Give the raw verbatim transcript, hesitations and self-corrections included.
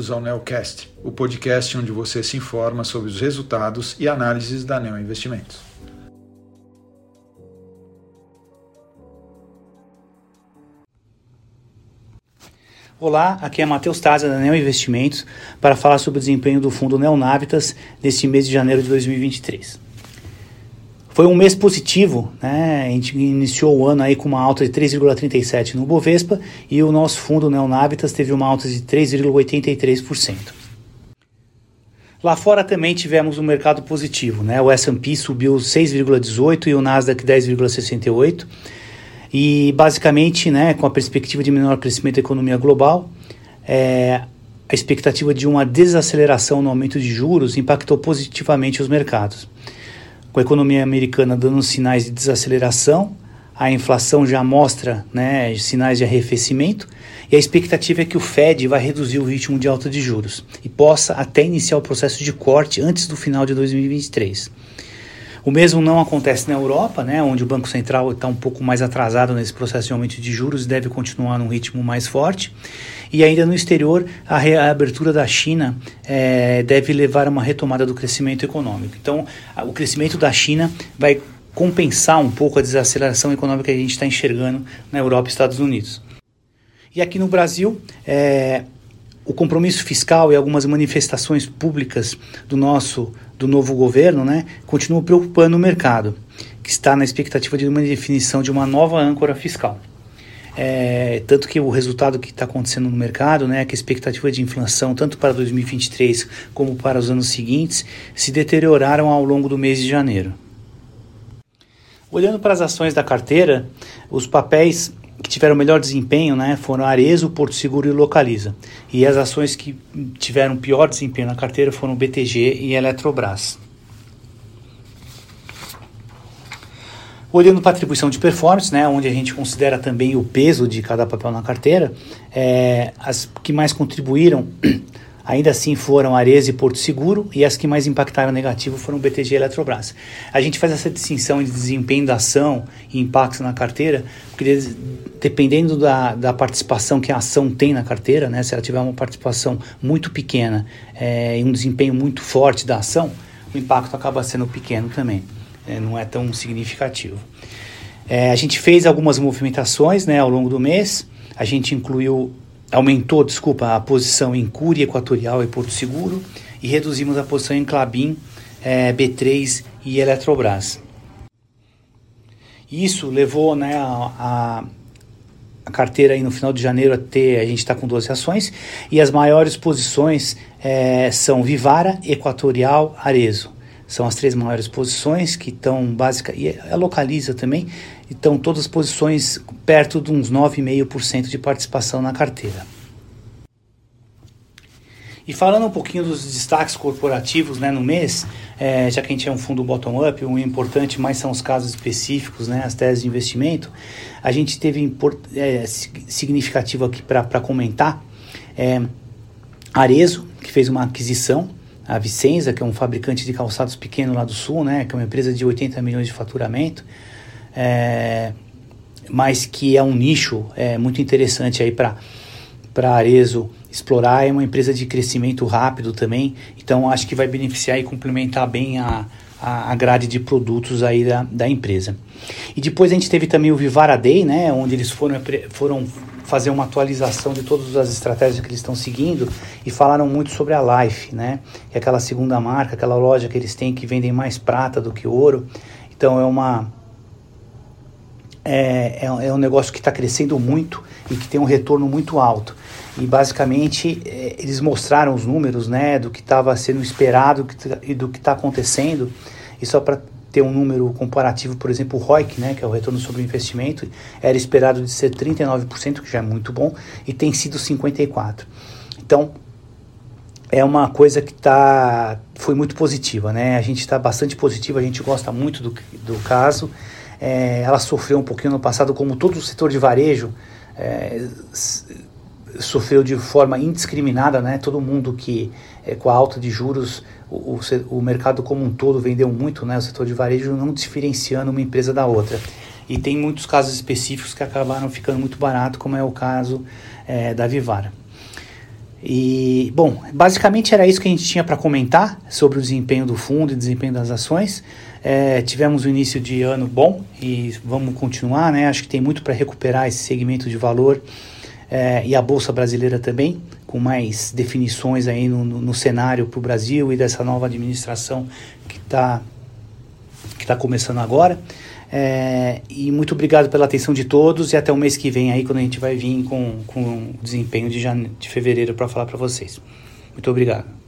bem-vindos ao Neocast, o podcast onde você se informa sobre os resultados e análises da Neo Investimentos. Olá, aqui é Matheus Taza da Neo Investimentos para falar sobre o desempenho do fundo Neonavitas neste mês de janeiro de dois mil e vinte e três. Foi um mês positivo, né? A gente iniciou o ano aí com uma alta de três vírgula trinta e sete por cento no Bovespa e o nosso fundo Neonavitas teve uma alta de três vírgula oitenta e três por cento. Lá fora também tivemos um mercado positivo, né? O S and P subiu seis vírgula dezoito por cento e o Nasdaq dez vírgula sessenta e oito por cento. E basicamente, né, com a perspectiva de menor crescimento da economia global, é, a expectativa de uma desaceleração no aumento de juros impactou positivamente os mercados. Com a economia americana dando sinais de desaceleração, a inflação já mostra, né, sinais de arrefecimento e a expectativa é que o Fed vai reduzir o ritmo de alta de juros e possa até iniciar o processo de corte antes do final de dois mil e vinte e três. O mesmo não acontece na Europa, né, onde o Banco Central está um pouco mais atrasado nesse processo de aumento de juros e deve continuar num ritmo mais forte. E ainda no exterior, a reabertura da China é, deve levar a uma retomada do crescimento econômico. Então, a, o crescimento da China vai compensar um pouco a desaceleração econômica que a gente está enxergando na Europa e Estados Unidos. E aqui no Brasil, é, o compromisso fiscal e algumas manifestações públicas do nosso do novo governo, né, continuam preocupando o mercado, que está na expectativa de uma definição de uma nova âncora fiscal. É, tanto que o resultado que está acontecendo no mercado, né, que a expectativa de inflação, tanto para dois mil e vinte e três como para os anos seguintes, se deterioraram ao longo do mês de janeiro. Olhando para as ações da carteira, os papéis que tiveram melhor desempenho, né, foram Arezzo, Porto Seguro e Localiza. E as ações que tiveram pior desempenho na carteira foram B T G e Eletrobras. Olhando para a atribuição de performance, né, onde a gente considera também o peso de cada papel na carteira, é, as que mais contribuíram ainda assim foram Arezzo e Porto Seguro, e as que mais impactaram negativo foram B T G e Eletrobras. A gente faz essa distinção de desempenho da ação e impacto na carteira, porque dependendo da, da participação que a ação tem na carteira, né, se ela tiver uma participação muito pequena é, e um desempenho muito forte da ação, o impacto acaba sendo pequeno também, é, não é tão significativo. É, a gente fez algumas movimentações, né, ao longo do mês, a gente incluiu Aumentou, desculpa, a posição em Cury Equatorial e Porto Seguro e reduzimos a posição em Klabin, é, B três e Eletrobras. Isso levou, né, a, a carteira aí no final de janeiro a ter, a gente está com doze ações e as maiores posições é, são Vivara, Equatorial, Arezzo. São as três maiores posições que estão básicas, e a Localiza também, então todas as posições perto de uns nove vírgula cinco por cento de participação na carteira. E falando um pouquinho dos destaques corporativos, né, no mês, é, já que a gente é um fundo bottom-up, o importante mais são os casos específicos, né, as teses de investimento, a gente teve import, é, significativo aqui para comentar, é, Arezzo, que fez uma aquisição, a Vicenza, que é um fabricante de calçados pequeno lá do sul, né, que é uma empresa de oitenta milhões de faturamento, é, mas que é um nicho é, muito interessante aí para para Arezzo explorar. É uma empresa de crescimento rápido também, então acho que vai beneficiar e complementar bem a, a, a grade de produtos aí da, da empresa. E depois a gente teve também o Vivara Day, né, onde eles foram, foram fazer uma atualização de todas as estratégias que eles estão seguindo e falaram muito sobre a Life, né, que é aquela segunda marca, aquela loja que eles têm que vendem mais prata do que ouro. Então é uma é, é, é um negócio que está crescendo muito e que tem um retorno muito alto. E basicamente é, eles mostraram os números, né, do que estava sendo esperado e do que está acontecendo. E só para ter um número comparativo, por exemplo, o R O I C, né, que é o retorno sobre o investimento, era esperado de ser trinta e nove por cento, que já é muito bom, e tem sido cinquenta e quatro por cento. Então, é uma coisa que tá, foi muito positiva, né? A gente está bastante positivo, a gente gosta muito do, do caso. É, ela sofreu um pouquinho no passado, como todo o setor de varejo, é, sofreu de forma indiscriminada, né? Todo mundo que, é, com a alta de juros, o, o, o mercado como um todo vendeu muito, né? O setor de varejo não diferenciando uma empresa da outra. E tem muitos casos específicos que acabaram ficando muito barato, como é o caso é, da Vivara. E, bom, basicamente era isso que a gente tinha para comentar sobre o desempenho do fundo e desempenho das ações. É, tivemos um início de ano bom e vamos continuar, né? Acho que tem muito para recuperar esse segmento de valor é, e a Bolsa Brasileira também, com mais definições aí no, no, no cenário para o Brasil e dessa nova administração que está que tá começando agora. É, e muito obrigado pela atenção de todos e até o mês que vem aí, quando a gente vai vir com, com o desempenho de, jane... de fevereiro para falar para vocês. Muito obrigado.